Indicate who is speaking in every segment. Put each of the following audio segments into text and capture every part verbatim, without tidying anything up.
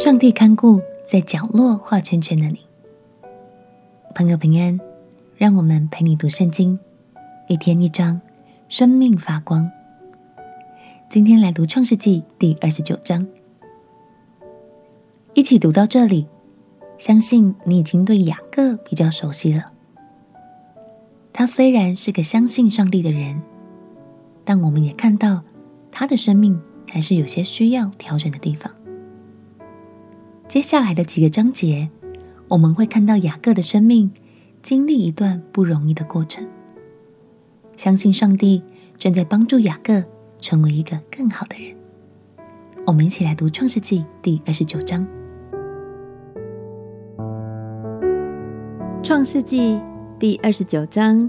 Speaker 1: 上帝看顾在角落画圈圈的你。朋友平安，让我们陪你读圣经，一天一章，生命发光。今天来读创世纪第二十九章，一起读到这里，相信你已经对雅各比较熟悉了。他虽然是个相信上帝的人，但我们也看到他的生命还是有些需要调整的地方。接下来的几个章节，我们会看到雅各的生命经历一段不容易的过程。相信上帝正在帮助雅各成为一个更好的人。我们一起来读创世纪第二十九章。
Speaker 2: 创世纪第二十九章，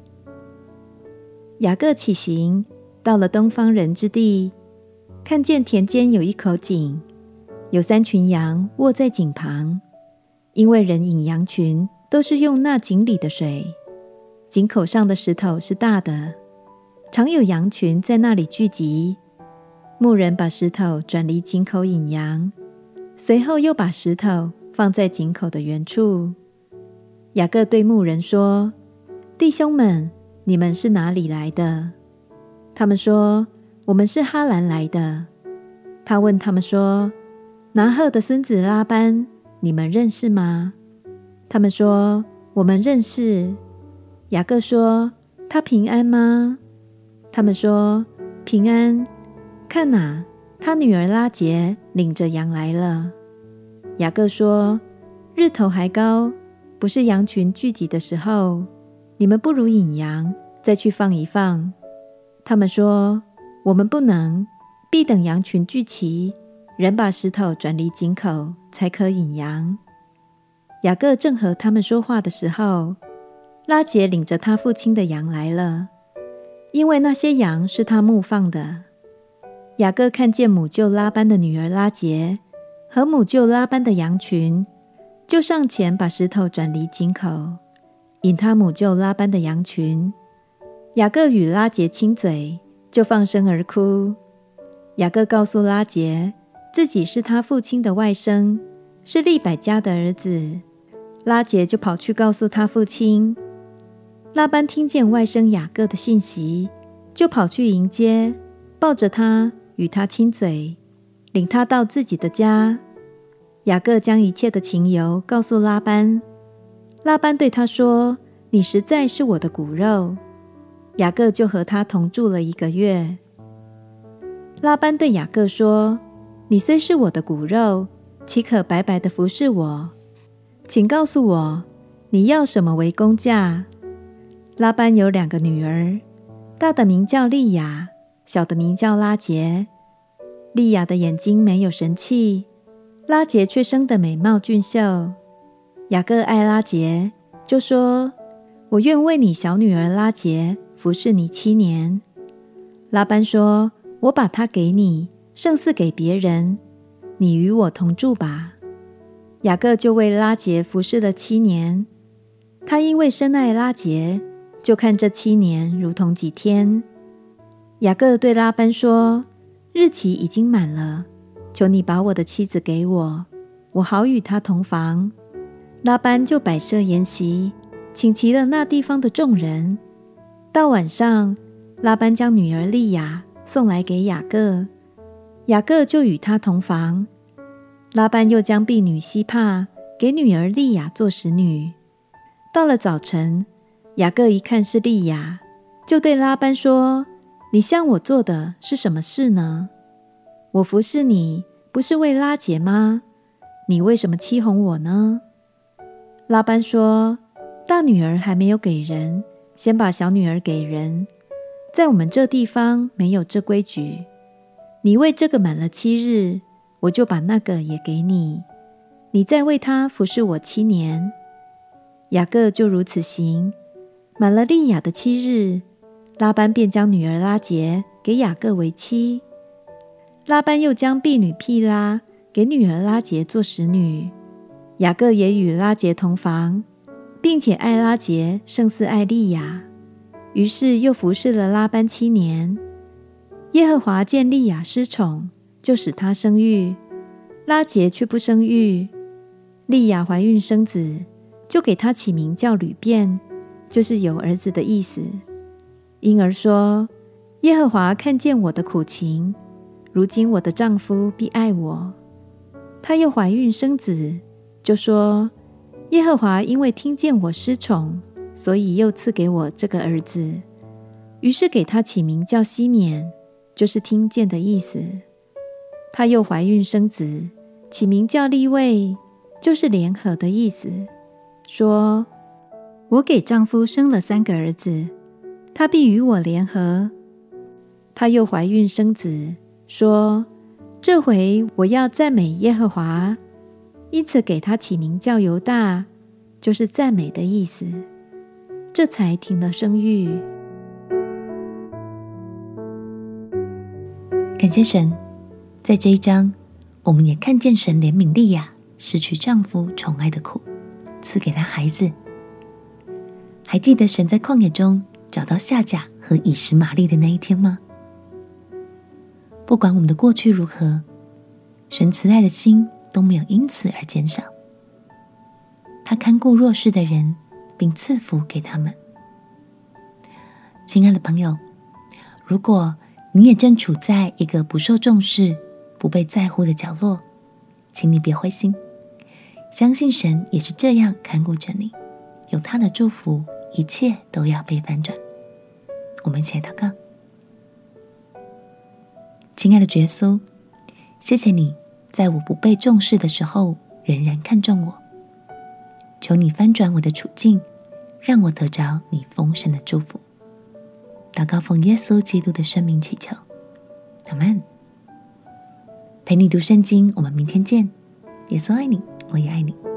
Speaker 2: 雅各起行，到了东方人之地，看见田间有一口井，有三群羊卧在井旁，因为人引羊群都是用那井里的水。井口上的石头是大的，常有羊群在那里聚集。牧人把石头转离井口引羊，随后又把石头放在井口的原处。雅各对牧人说：弟兄们，你们是哪里来的？他们说：我们是哈兰来的。他问他们说：拿鹤的孙子拉班，你们认识吗？他们说：我们认识。雅各说：他平安吗？他们说：平安。看哪，他女儿拉结领着羊来了。雅各说：日头还高，不是羊群聚集的时候，你们不如引羊，再去放一放。他们说：我们不能，必等羊群聚齐，人把石头转离井口，才可引羊。雅各正和他们说话的时候，拉结领着他父亲的羊来了，因为那些羊是他牧放的。雅各看见母舅拉班的女儿拉结和母舅拉班的羊群，就上前把石头转离井口，引他母舅拉班的羊群。雅各与拉结亲嘴，就放声而哭。雅各告诉拉结，自己是他父亲的外甥，是利百加的儿子。拉结就跑去告诉他父亲。拉班听见外甥雅各的信息，就跑去迎接，抱着他，与他亲嘴，领他到自己的家。雅各将一切的情由告诉拉班。拉班对他说：你实在是我的骨肉。雅各就和他同住了一个月。拉班对雅各说：你虽是我的骨肉，岂可白白的服侍我？请告诉我，你要什么为工价？拉班有两个女儿，大的名叫利亚，小的名叫拉结。利亚的眼睛没有神气，拉结却生得美貌俊秀。雅各爱拉结，就说：我愿为你小女儿拉结服侍你七年。拉班说：我把她给你，胜似给别人，你与我同住吧。雅各就为拉结服侍了七年。他因为深爱拉结，就看这七年如同几天。雅各对拉班说：日期已经满了，求你把我的妻子给我，我好与她同房。拉班就摆设筵席，请齐了那地方的众人。到晚上，拉班将女儿利亚送来给雅各，雅各就与她同房。拉班又将婢女西帕给女儿利亚做使女。到了早晨，雅各一看是利亚，就对拉班说：你向我做的是什么事呢？我服侍你，不是为拉结吗？你为什么欺哄我呢？拉班说：大女儿还没有给人，先把小女儿给人。在我们这地方没有这规矩。你为这个满了七日，我就把那个也给你。你再为他服侍我七年。雅各就如此行。满了利亚的七日，拉班便将女儿拉结给雅各为妻。拉班又将婢女毗拉给女儿拉结做使女。雅各也与拉结同房，并且爱拉结胜似爱利亚，于是又服侍了拉班七年。耶和华见利亚失宠，就使她生育。 拉结却不生育。利亚怀孕生子，就给他起名叫吕便，就是有儿子的意思。因而说，耶和华看见我的苦情，如今我的丈夫必爱我。她又怀孕生子，就说，耶和华因为听见我失宠，所以又赐给我这个儿子。于是给他起名叫西缅，就是听见的意思。她又怀孕生子，起名叫利未，就是联合的意思，说，我给丈夫生了三个儿子，他必与我联合。她又怀孕生子，说，这回我要赞美耶和华，因此给他起名叫犹大，就是赞美的意思。这才停了生育。
Speaker 1: 感谢神，在这一章，我们也看见神怜悯利亚失去丈夫宠爱的苦，赐给她孩子。还记得神在旷野中找到夏甲和以实玛利的那一天吗？不管我们的过去如何，神慈爱的心都没有因此而减少。他看顾弱势的人，并赐福给他们。亲爱的朋友，如果你也正处在一个不受重视、不被在乎的角落，请你别灰心，相信神也是这样看顾着你，有他的祝福，一切都要被翻转。我们一起来祷告。亲爱的主耶稣，谢谢你在我不被重视的时候仍然看重我，求你翻转我的处境，让我得着你丰盛的祝福。祷告奉耶稣基督的圣名祈求，阿们。陪你读圣经，我们明天见。耶稣爱你，我也爱你。